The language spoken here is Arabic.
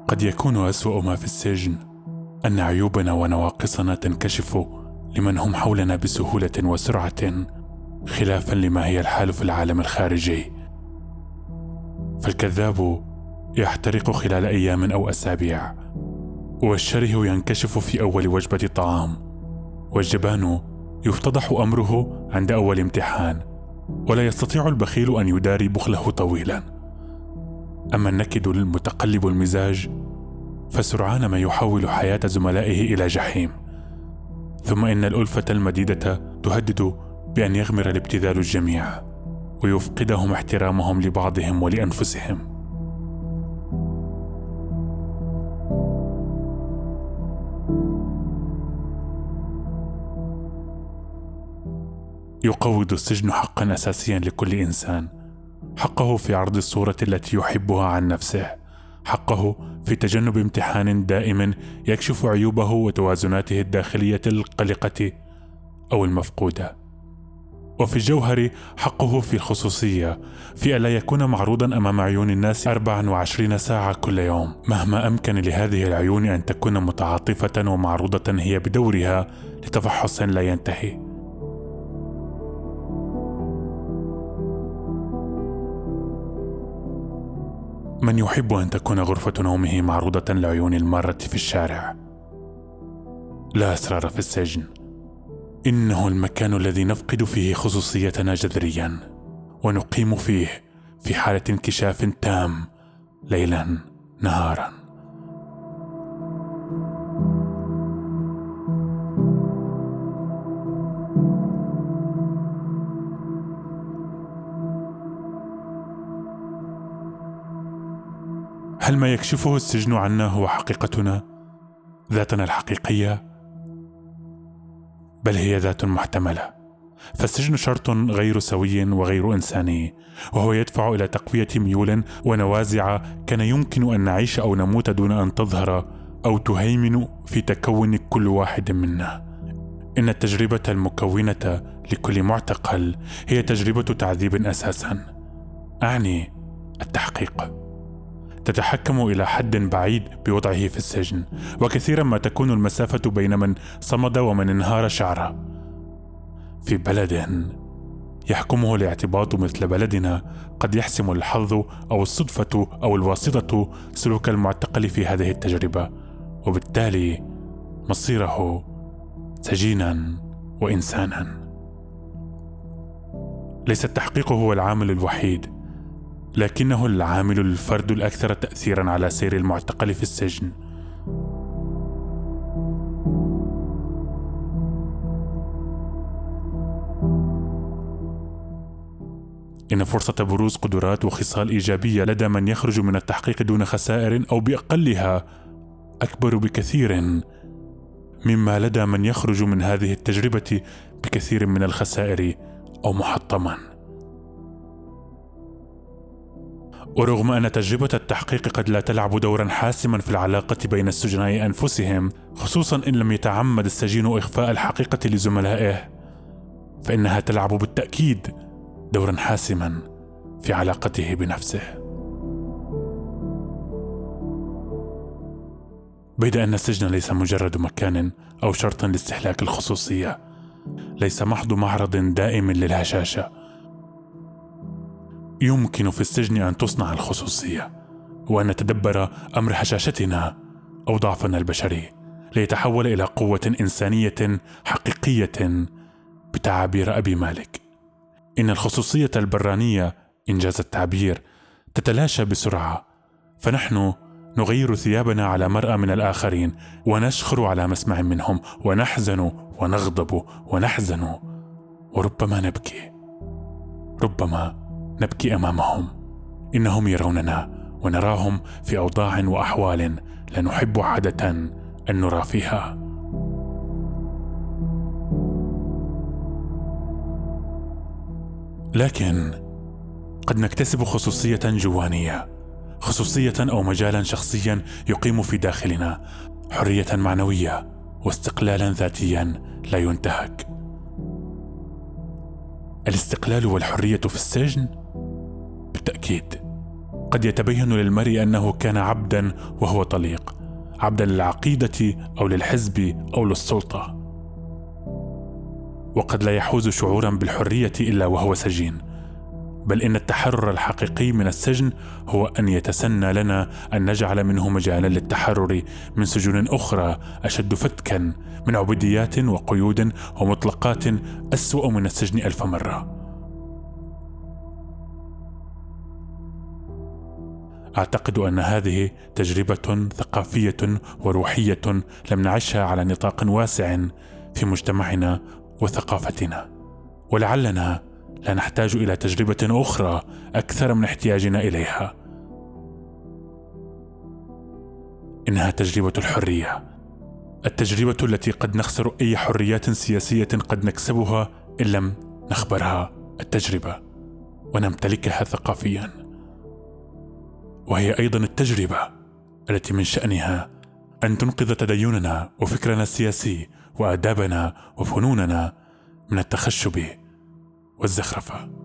قد يكون أسوأ ما في السجن أن عيوبنا ونواقصنا تنكشف لمن هم حولنا بسهولة وسرعة، خلافا لما هي الحال في العالم الخارجي. فالكذاب يحترق خلال أيام أو أسابيع، والشره ينكشف في أول وجبة طعام، والجبان يفتضح أمره عند أول امتحان، ولا يستطيع البخيل أن يداري بخله طويلا. أما النكد المتقلب المزاج فسرعان ما يحول حياة زملائه إلى جحيم. ثم إن الألفة المديدة تهدد بأن يغمر الابتذال الجميع ويفقدهم احترامهم لبعضهم ولأنفسهم. يقوض السجن حقا أساسيا لكل إنسان، حقه في عرض الصورة التي يحبها عن نفسه، حقه في تجنب امتحان دائم يكشف عيوبه وتوازناته الداخلية القلقة أو المفقودة. وفي الجوهر حقه في الخصوصية، في ألا يكون معروضا أمام عيون الناس 24 ساعة كل يوم، مهما أمكن لهذه العيون أن تكون متعاطفة ومعروضة هي بدورها لتفحص لا ينتهي. من يحب أن تكون غرفة نومه معروضة لعيون المارة في الشارع؟ لا أسرار في السجن، إنه المكان الذي نفقد فيه خصوصيتنا جذريا، ونقيم فيه في حالة انكشاف تام ليلا نهارا. هل ما يكشفه السجن عنا هو حقيقتنا، ذاتنا الحقيقية؟ بل هي ذات محتملة. فالسجن شرط غير سوي وغير إنساني، وهو يدفع إلى تقوية ميول ونوازع كان يمكن أن نعيش أو نموت دون أن تظهر أو تهيمن في تكون كل واحد منا. إن التجربة المكونة لكل معتقل هي تجربة تعذيب أساسا، أعني التحقيق، تتحكم إلى حد بعيد بوضعه في السجن، وكثيرا ما تكون المسافة بين من صمد ومن انهار شعره. في بلد يحكمه الاعتباط مثل بلدنا قد يحسم الحظ أو الصدفة أو الواسطة سلوك المعتقل في هذه التجربة، وبالتالي مصيره سجينا وإنسانا. ليس التحقيق هو العامل الوحيد، لكنه العامل الفرد الأكثر تأثيرا على سير المعتقل في السجن. إن فرصة بروز قدرات وخصال إيجابية لدى من يخرج من التحقيق دون خسائر أو بأقلها أكبر بكثير مما لدى من يخرج من هذه التجربة بكثير من الخسائر أو محطما. ورغم أن تجربة التحقيق قد لا تلعب دورا حاسما في العلاقة بين السجناء أنفسهم، خصوصا إن لم يتعمد السجين إخفاء الحقيقة لزملائه، فإنها تلعب بالتأكيد دورا حاسما في علاقته بنفسه. بيد أن السجن ليس مجرد مكان أو شرط لاستهلاك الخصوصية، ليس محض معرض دائم للهشاشة. يمكن في السجن أن تصنع الخصوصية، وأن نتدبر أمر هشاشتنا أو ضعفنا البشري ليتحول إلى قوة إنسانية حقيقية بتعابير أبي مالك. إن الخصوصية البرانية إنجاز التعبير تتلاشى بسرعة، فنحن نغير ثيابنا على مرأى من الآخرين، ونشخر على مسمع منهم، ونحزن ونغضب ونحزن، وربما نبكي، ربما نبكي أمامهم. إنهم يروننا ونراهم في أوضاع وأحوال لا نحب عادة أن نرى فيها. لكن قد نكتسب خصوصية جوانية، خصوصية أو مجالا شخصيا يقيم في داخلنا حرية معنوية واستقلالا ذاتيا لا ينتهك. الاستقلال والحرية في السجن بالتأكيد قد يتبين للمرء أنه كان عبدا وهو طليق، عبدا للعقيدة أو للحزب أو للسلطة، وقد لا يحوز شعورا بالحرية إلا وهو سجين. بل إن التحرر الحقيقي من السجن هو أن يتسنى لنا أن نجعل منه مجالا للتحرر من سجون أخرى أشد فتكا، من عبوديات وقيود ومطلقات أسوأ من السجن 1000 مرة. أعتقد أن هذه تجربة ثقافية وروحية لم نعيشها على نطاق واسع في مجتمعنا وثقافتنا، ولعلنا لا نحتاج إلى تجربة أخرى أكثر من احتياجنا إليها. إنها تجربة الحرية، التجربة التي قد نخسر أي حريات سياسية قد نكسبها إن لم نخبرها التجربة ونمتلكها ثقافيا. وهي أيضا التجربة التي من شأنها أن تنقذ تديننا وفكرنا السياسي وآدابنا وفنوننا من التخشب والزخرفة.